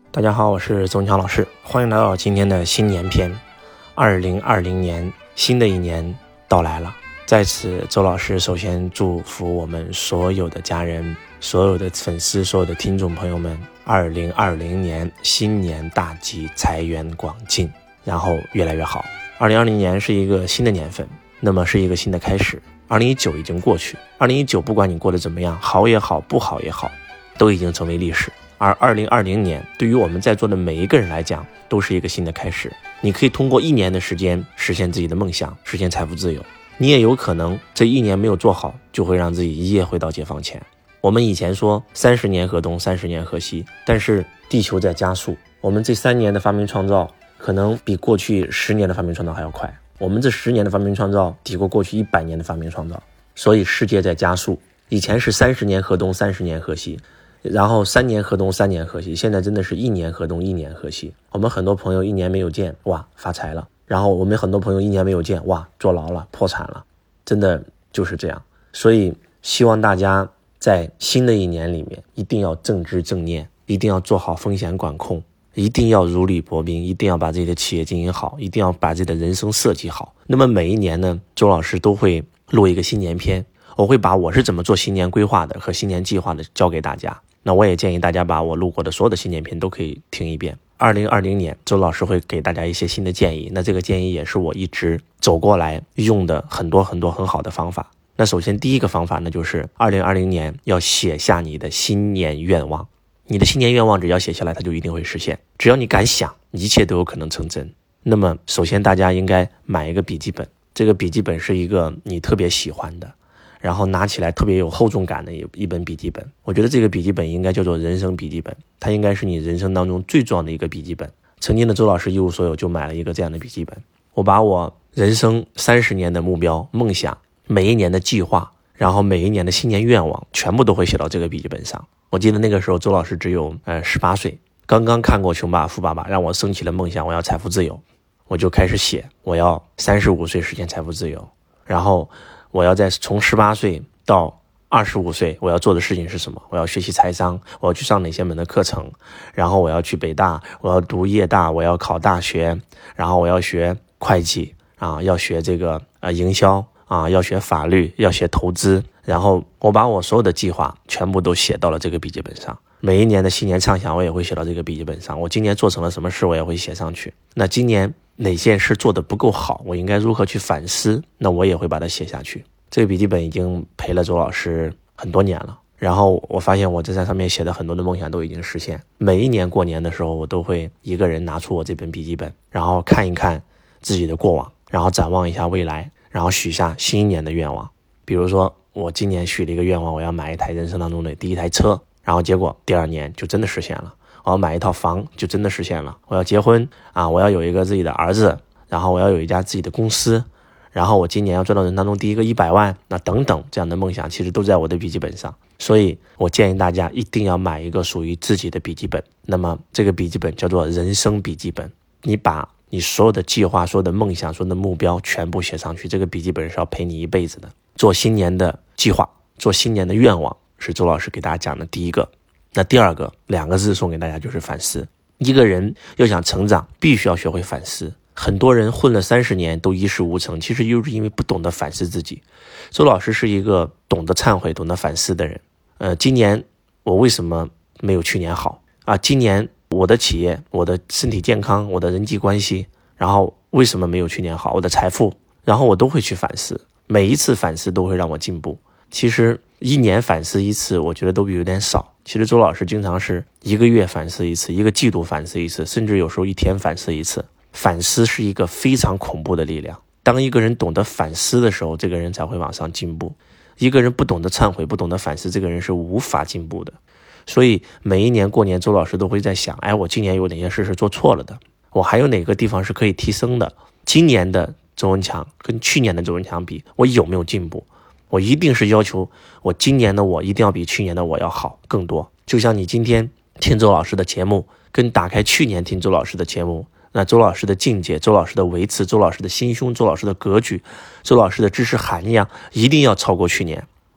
大家好，我是周文强老师，欢迎来到今天的新年篇。2020年，新的一年到来了，在此周老师首先祝福我们所有的家人、所有的粉丝、所有的听众朋友们2020年新年大吉，财源广进，然后越来越好。2020年是一个新的年份，那么是一个新的开始。2019已经过去，2019不管你过得怎么样，好也好，不好也好，都已经成为历史。而2020年对于我们在座的每一个人来讲，都是一个新的开始。你可以通过1年的时间实现自己的梦想，实现财富自由。你也有可能这1年没有做好，就会让自己一夜回到解放前。我们以前说30年河东，30年河西，但是地球在加速，我们这3年的发明创造可能比过去10年的发明创造还要快。我们这10年的发明创造抵过过去100年的发明创造，所以世界在加速。以前是30年河东，30年河西，然后3年河东3年河西，现在真的是1年河东1年河西。我们很多朋友1年没有见，哇，发财了，然后我们很多朋友1年没有见，哇，坐牢了，破产了，真的就是这样。所以希望大家在新的一年里面一定要正知正念，一定要做好风险管控，一定要如履薄冰，一定要把自己的企业经营好，一定要把自己的人生设计好。那么每一年呢，周老师都会录一个新年篇，我会把我是怎么做新年规划的和新年计划的教给大家。那我也建议大家把我录过的所有的新年篇都可以听一遍。2020年周老师会给大家一些新的建议，那这个建议也是我一直走过来用的很多很好的方法。那首先第一个方法呢，就是2020年要写下你的新年愿望。你的新年愿望只要写下来，它就一定会实现。只要你敢想，一切都有可能成真。那么首先大家应该买一个笔记本，这个笔记本是一个你特别喜欢的，然后拿起来特别有厚重感的一本笔记本。我觉得这个笔记本应该叫做人生笔记本，它应该是你人生当中最重要的一个笔记本。曾经的周老师一无所有，就买了一个这样的笔记本。我把我人生30年的目标、梦想，每一年的计划，然后每一年的新年愿望，全部都会写到这个笔记本上。我记得那个时候周老师只有18岁，刚刚看过《穷爸爸富爸爸》，让我升起了梦想，我要财富自由，我就开始写，我要35岁实现财富自由，然后我要从18岁到25岁我要做的事情是什么？我要学习财商，我要去上哪些门的课程，然后我要去北大，我要读夜大，我要考大学，然后我要学会计要学这个营销要学法律，要学投资。然后我把我所有的计划全部都写到了这个笔记本上，每一年的新年畅想我也会写到这个笔记本上，我今年做成了什么事我也会写上去。那今年哪件事做得不够好，我应该如何去反思，那我也会把它写下去。这个笔记本已经陪了周老师很多年了，然后我发现我在上面写的很多的梦想都已经实现。每一年过年的时候，我都会一个人拿出我这本笔记本，然后看一看自己的过往，然后展望一下未来，然后许下新一年的愿望。比如说我今年许了一个愿望，我要买一台人生当中的第一台车，然后结果第2年就真的实现了。我要买一套房，就真的实现了。我要结婚我要有一个自己的儿子，然后我要有一家自己的公司，然后我今年要赚到人当中第一个100万，那等等这样的梦想其实都在我的笔记本上。所以我建议大家一定要买一个属于自己的笔记本。那么这个笔记本叫做人生笔记本，你把你所有的计划、所有的梦想、所有的目标全部写上去，这个笔记本是要陪你一辈子的。做新年的计划，做新年的愿望，是周老师给大家讲的第一个。那第2个2个字送给大家，就是反思。一个人要想成长，必须要学会反思。很多人混了30年都一事无成，其实就是因为不懂得反思自己。周老师是一个懂得忏悔、懂得反思的人。今年我为什么没有去年好今年我的企业、我的身体健康、我的人际关系，然后为什么没有去年好？我的财富，然后我都会去反思。每一次反思都会让我进步。其实1年反思1次，我觉得都有点少。其实周老师经常是1个月反思1次，1个季度反思1次，甚至有时候1天反思1次。反思是一个非常恐怖的力量。当一个人懂得反思的时候，这个人才会往上进步。一个人不懂得忏悔，不懂得反思，这个人是无法进步的。所以每一年过年，周老师都会在想，我今年有哪些事是做错了的，我还有哪个地方是可以提升的。今年的周文强跟去年的周文强比，我有没有进步？我一定是要求我今年的我一定要比去年的我要好更多。就像你今天听周老师的节目，跟打开去年听周老师的节目，那周老师的境界、周老师的维持、周老师的心胸、周老师的格局、周老师的知识含量一定要超过去年。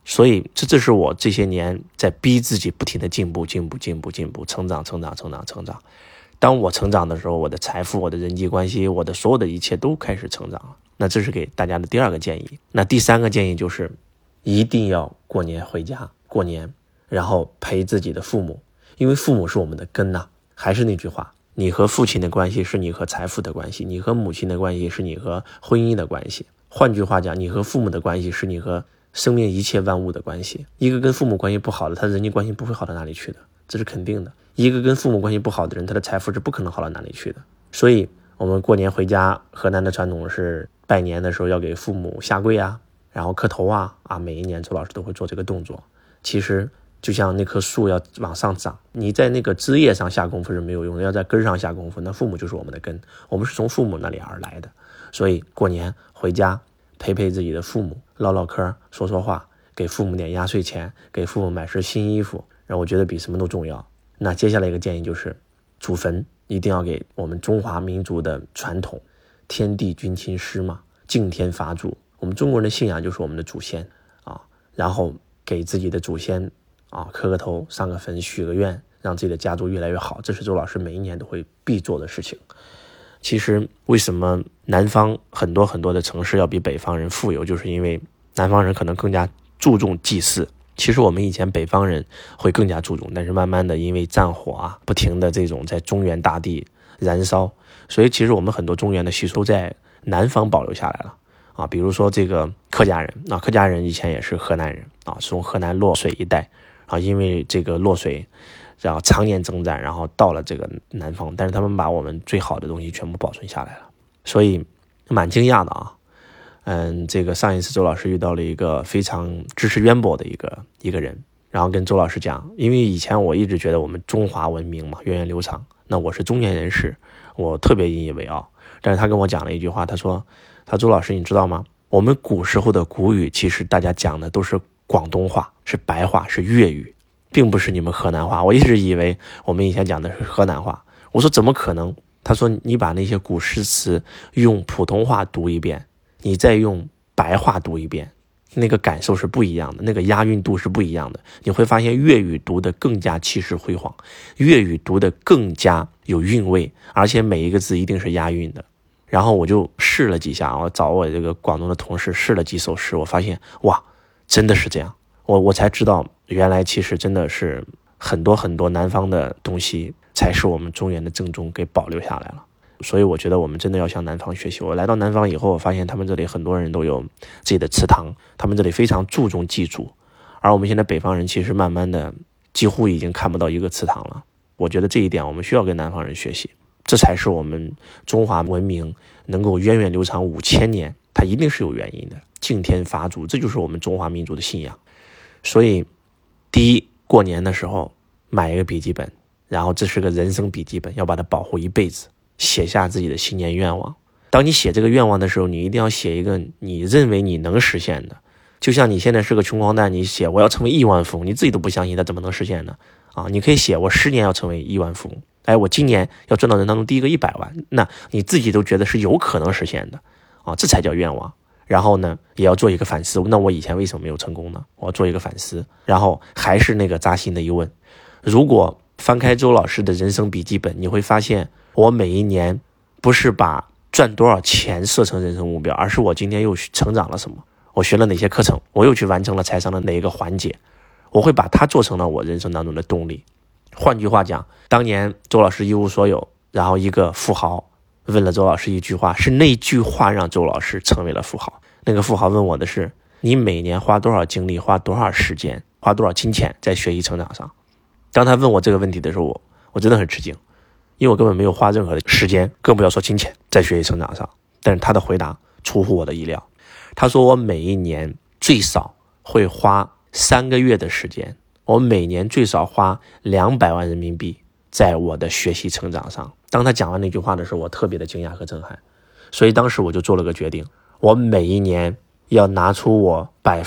所以这是我这些年在逼自己不停的进步，成长。当我成长的时候，我的财富、我的人际关系、我的所有的一切都开始成长了。那这是给大家的第2个建议。那第3个建议就是一定要过年回家过年，然后陪自己的父母，因为父母是我们的根呐。还是那句话，你和父亲的关系是你和财富的关系，你和母亲的关系是你和婚姻的关系。换句话讲，你和父母的关系是你和生命一切万物的关系。一个跟父母关系不好的，他的人际关系不会好到哪里去的，这是肯定的。一个跟父母关系不好的人，他的财富是不可能好到哪里去的。所以我们过年回家，河南的传统是拜年的时候要给父母下跪啊，然后磕头啊，每一年周老师都会做这个动作。其实就像那棵树要往上长，你在那个枝叶上下功夫是没有用的，要在根上下功夫。那父母就是我们的根，我们是从父母那里而来的。所以过年回家陪自己的父母，唠唠嗑，说说话，给父母点压岁钱，给父母买身新衣服，然后我觉得比什么都重要。那接下来一个建议就是祖坟一定要给我们中华民族的传统，天地君亲师嘛，敬天法祖。我们中国人的信仰就是我们的祖先然后给自己的祖先磕个头，上个坟，许个愿，让自己的家族越来越好。这是周老师每一年都会必做的事情。其实为什么南方很多的城市要比北方人富有，就是因为南方人可能更加注重祭祀。其实我们以前北方人会更加注重，但是慢慢的因为战火不停的这种在中原大地燃烧，所以其实我们很多中原的习俗在南方保留下来了比如说这个客家人客家人以前也是河南人是从河南洛水一带因为这个洛水然后常年征战，然后到了这个南方，但是他们把我们最好的东西全部保存下来了，所以蛮惊讶的这个上一次周老师遇到了一个非常知识渊博的一个人，然后跟周老师讲，因为以前我一直觉得我们中华文明嘛源远流长，那我是中年人士，我特别引以为傲。但是他跟我讲了一句话，他说周老师你知道吗？我们古时候的古语其实大家讲的都是广东话，是白话，是粤语，并不是你们河南话。我一直以为我们以前讲的是河南话。我说怎么可能？他说你把那些古诗词用普通话读一遍，你再用白话读一遍，那个感受是不一样的，那个押韵度是不一样的。你会发现粤语读得更加气势辉煌，粤语读得更加有韵味，而且每一个字一定是押韵的。然后我就试了几下，我找我这个广东的同事试了几首诗，我发现哇，真的是这样。我才知道原来其实真的是很多南方的东西才是我们中原的正宗给保留下来了。所以我觉得我们真的要向南方学习。我来到南方以后，我发现他们这里很多人都有自己的祠堂，他们这里非常注重祭祖，而我们现在北方人其实慢慢的几乎已经看不到一个祠堂了。我觉得这一点我们需要跟南方人学习，这才是我们中华文明能够源远流长5000年，它一定是有原因的。敬天法祖，这就是我们中华民族的信仰。所以第一，过年的时候买一个笔记本，然后这是个人生笔记本，要把它保护一辈子，写下自己的新年愿望。当你写这个愿望的时候，你一定要写一个你认为你能实现的。就像你现在是个穷光蛋，你写我要成为亿万富翁，你自己都不相信它怎么能实现呢？你可以写我10年要成为亿万富翁，我今年要赚到人当中第一个100万，那你自己都觉得是有可能实现的这才叫愿望。然后呢，也要做一个反思，那我以前为什么没有成功呢？我要做一个反思。然后还是那个扎心的一问，如果翻开周老师的人生笔记本，你会发现我每一年不是把赚多少钱设成人生目标，而是我今天又成长了什么，我学了哪些课程，我又去完成了财商的哪一个环节，我会把它做成了我人生当中的动力。换句话讲，当年周老师一无所有，然后一个富豪问了周老师一句话，是那句话让周老师成为了富豪。那个富豪问我的是，你每年花多少精力，花多少时间，花多少金钱在学习成长上？当他问我这个问题的时候，我真的很吃惊，因为我根本没有花任何的时间，更不要说金钱在学习成长上。但是他的回答出乎我的意料，他说我每一年最少会花3个月的时间，我每年最少花200万人民币在我的学习成长上。当他讲完那句话的时候，我特别的惊讶和震撼，所以当时我就做了个决定，我每一年要拿出我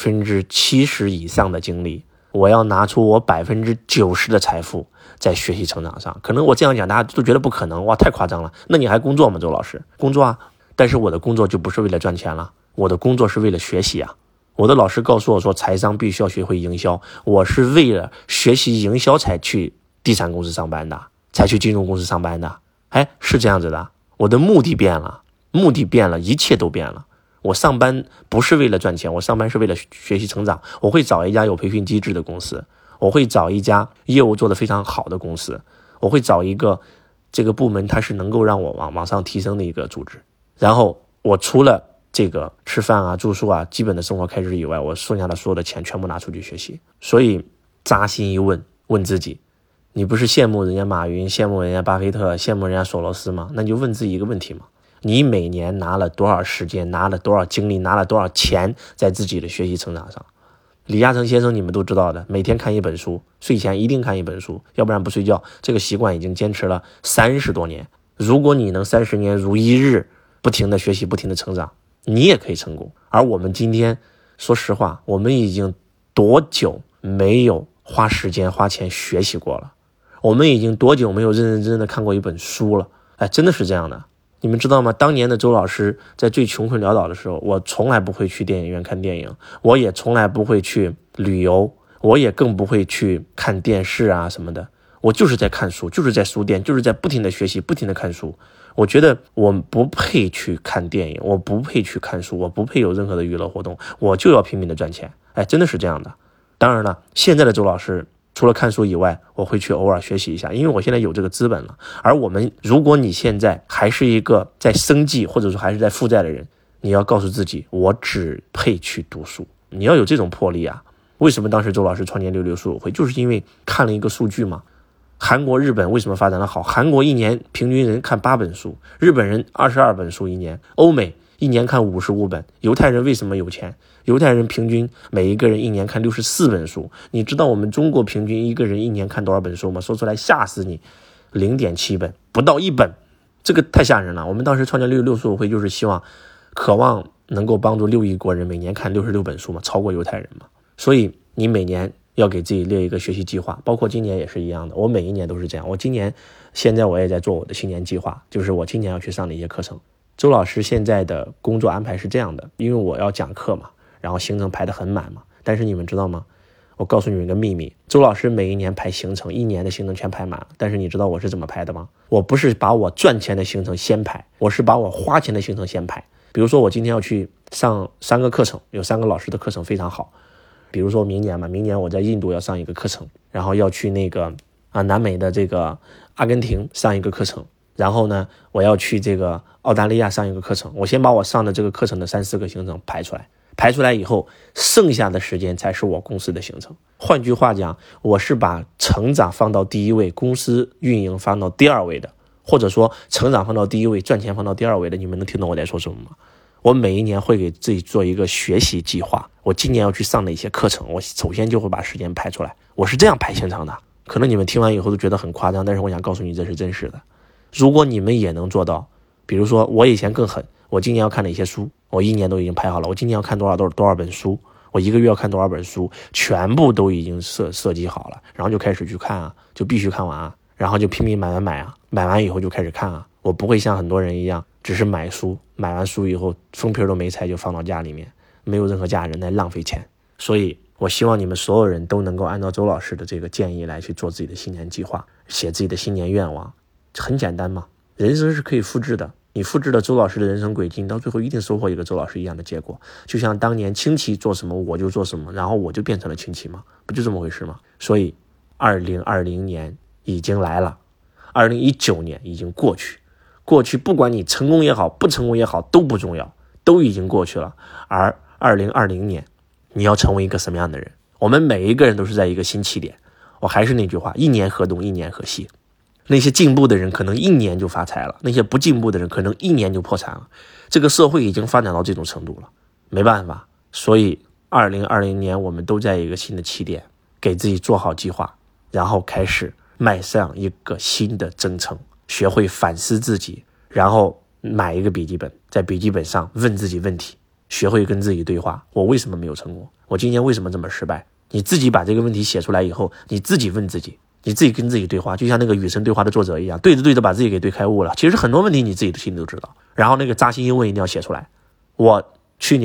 70%以上的精力，我要拿出我90%的财富在学习成长上。可能我这样讲大家都觉得不可能，哇，太夸张了。那你还工作吗？周老师工作啊，但是我的工作就不是为了赚钱了，我的工作是为了学习啊。 我的老师告诉我说，财商必须要学会营销，我是为了学习营销才去地产公司上班的，才去金融公司上班的。是这样子的，我的目的变了，一切都变了。我上班不是为了赚钱，我上班是为了学习成长。我会找一家有培训机制的公司，我会找一家业务做得非常好的公司，我会找一个这个部门它是能够让我往上提升的一个组织。然后我除了这个吃饭啊、住宿啊、基本的生活开支以外，我剩下的所有的钱全部拿出去学习。所以扎心一问，问自己，你不是羡慕人家马云、羡慕人家巴菲特、羡慕人家索罗斯吗？那你就问自己一个问题嘛，你每年拿了多少时间，拿了多少精力，拿了多少钱在自己的学习成长上？李嘉诚先生你们都知道的，每天看一本书，睡前一定看一本书，要不然不睡觉。这个习惯已经坚持了30多年。如果你能30年如一日不停的学习，不停的成长，你也可以成功。而我们今天说实话，我们已经多久没有花时间花钱学习过了？我们已经多久没有认认真真的看过一本书了？真的是这样的。你们知道吗？当年的周老师在最穷困潦倒的时候，我从来不会去电影院看电影，我也从来不会去旅游，我也更不会去看电视啊什么的。我就是在看书，就是在书店，就是在不停的学习，不停的看书。我觉得我不配去看电影，我不配去看书，我不配有任何的娱乐活动，我就要拼命的赚钱。真的是这样的。当然了，现在的周老师除了看书以外，我会去偶尔学习一下，因为我现在有这个资本了。而如果你现在还是一个在生计或者说还是在负债的人，你要告诉自己，我只配去读书。你要有这种魄力啊！为什么当时周老师创建66书友会，就是因为看了一个数据嘛。韩国、日本为什么发展的好？韩国一年平均人看8本书，日本人22本书一年，欧美一年看55本。犹太人为什么有钱？犹太人平均每一个人一年看64本书。你知道我们中国平均一个人一年看多少本书吗？说出来吓死你，0.7本，不到1本，这个太吓人了。我们当时创建66书友会，就是渴望能够帮助6亿国人每年看66本书嘛，超过犹太人嘛。所以你每年要给自己列一个学习计划，包括今年也是一样的。我每一年都是这样。现在我也在做我的新年计划，就是我今年要去上的一些课程。周老师现在的工作安排是这样的，因为我要讲课嘛，然后行程排得很满嘛。但是你们知道吗？我告诉你们一个秘密，周老师每一年排行程，一年的行程全排满了。但是你知道我是怎么排的吗？我不是把我赚钱的行程先排，我是把我花钱的行程先排。比如说我今天要去上3个课程，有3个老师的课程非常好。比如说明年我在印度要上一个课程，然后要去那个南美的这个阿根廷上一个课程，然后呢我要去这个澳大利亚上一个课程。我先把我上的这个课程的3-4个行程排出来以后，剩下的时间才是我公司的行程。换句话讲，我是把成长放到第一位，公司运营放到第2位的，或者说成长放到第一位，赚钱放到第2位的。你们能听懂我在说什么吗？我每一年会给自己做一个学习计划，我今年要去上的一些课程，我首先就会把时间排出来。我是这样排行程的。可能你们听完以后都觉得很夸张，但是我想告诉你，这是真实的。如果你们也能做到，比如说我以前更狠，我今年要看哪些书，我一年都已经排好了。我今年要看多少本书，我1个月要看多少本书，全部都已经设计好了，然后就开始去看啊，就必须看完啊，然后就拼命买啊，买完以后就开始看啊。我不会像很多人一样，只是买书，买完书以后封皮都没拆就放到家里面，没有任何价值，来浪费钱。所以我希望你们所有人都能够按照周老师的这个建议来去做自己的新年计划，写自己的新年愿望。很简单嘛，人生是可以复制的，你复制了周老师的人生轨迹，你到最后一定收获一个周老师一样的结果。就像当年清奇做什么我就做什么，然后我就变成了清奇嘛，不就这么回事吗？所以2020年已经来了，2019年已经过去不管你成功也好，不成功也好，都不重要，都已经过去了。而2020年你要成为一个什么样的人？我们每一个人都是在一个新起点。我还是那句话，一年河东，一年河西。那些进步的人可能1年就发财了，那些不进步的人可能1年就破产了。这个社会已经发展到这种程度了，没办法。所以2020年我们都在一个新的起点，给自己做好计划，然后开始迈上一个新的征程，学会反思自己，然后买一个笔记本，在笔记本上问自己问题，学会跟自己对话。我为什么没有成功？我今年为什么这么失败？你自己把这个问题写出来以后，你自己问自己，你自己跟自己对话，就像那个与神对话的作者一样，对着把自己给对开悟了。其实很多问题你自己的心里都知道，然后那个扎心一问一定要写出来。我去年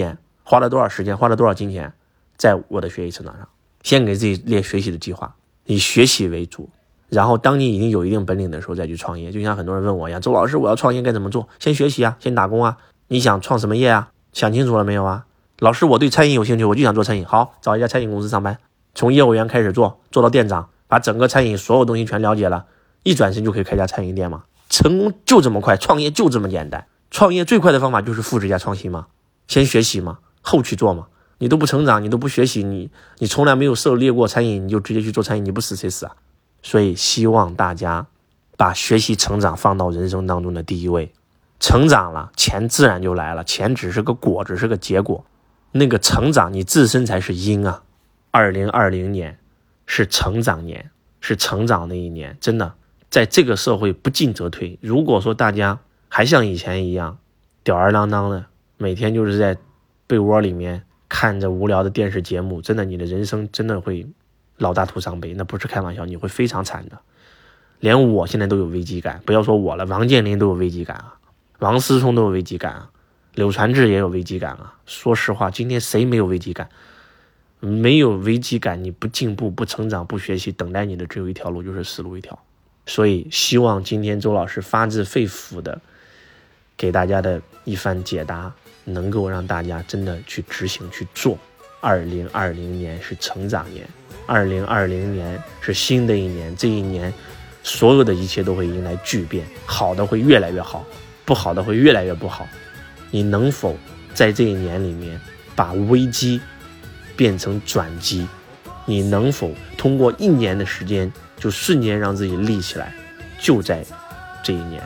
花了多少时间，花了多少金钱在我的学习成长上。先给自己列学习的计划，以学习为主，然后当你已经有一定本领的时候再去创业。就像很多人问我一样，周老师，我要创业该怎么做？先学习啊，先打工啊。你想创什么业啊？想清楚了没有啊？老师，我对餐饮有兴趣，我就想做餐饮。好，找一家餐饮公司上班，从业务员开始做到店长，把整个餐饮所有东西全了解了，一转身就可以开家餐饮店嘛。成功就这么快，创业就这么简单。创业最快的方法就是复制加创新嘛，先学习嘛，后去做嘛。你都不成长，你都不学习，你从来没有涉猎过餐饮，你就直接去做餐饮，你不死谁死啊？所以希望大家把学习成长放到人生当中的第一位。成长了，钱自然就来了，钱只是个果，只是个结果。那个成长你自身才是因啊。2020年是成长年，是成长的一年，真的在这个社会不进则退。如果说大家还像以前一样吊儿郎当的，每天就是在被窝里面看着无聊的电视节目，真的你的人生真的会老大徒伤悲，那不是开玩笑，你会非常惨的。连我现在都有危机感，不要说我了，王健林都有危机感啊，王思聪都有危机感啊，柳传志也有危机感啊。说实话，今天谁没有危机感？没有危机感，你不进步、不成长、不学习，等待你的只有一条路，就是死路一条。所以希望今天周老师发自肺腑的给大家的一番解答，能够让大家真的去执行去做。2020年是成长年，2020年是新的一年，这一年所有的一切都会迎来巨变，好的会越来越好，不好的会越来越不好。你能否在这一年里面把危机变成转机？你能否通过1年的时间就瞬间让自己立起来？就在这一年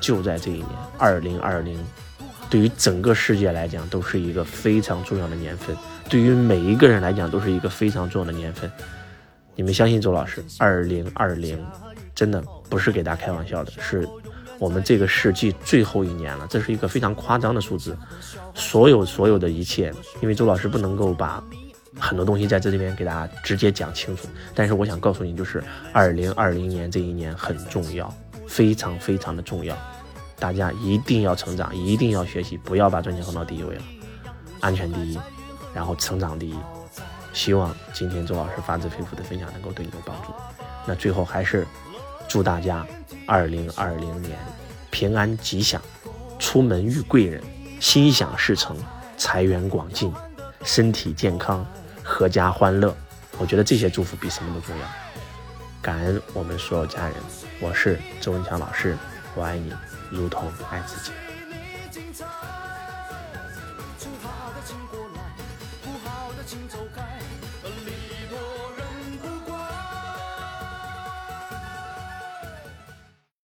，2020对于整个世界来讲都是一个非常重要的年份，对于每一个人来讲都是一个非常重要的年份。你们相信周老师，2020真的不是给大家开玩笑的，是我们这个世纪最后一年了，这是一个非常夸张的数字。所有的一切，因为周老师不能够把很多东西在这里面给大家直接讲清楚，但是我想告诉你，就是2020年这一年很重要，非常非常的重要。大家一定要成长，一定要学习，不要把赚钱放到第一位了，安全第一，然后成长第一。希望今天周老师发自肺腑的分享能够对你有帮助。那最后还是祝大家2020年平安吉祥，出门遇贵人，心想事成，财源广进，身体健康，阖家欢乐。我觉得这些祝福比什么都重要。感恩我们所有家人，我是周文强老师，我爱你如同爱自己。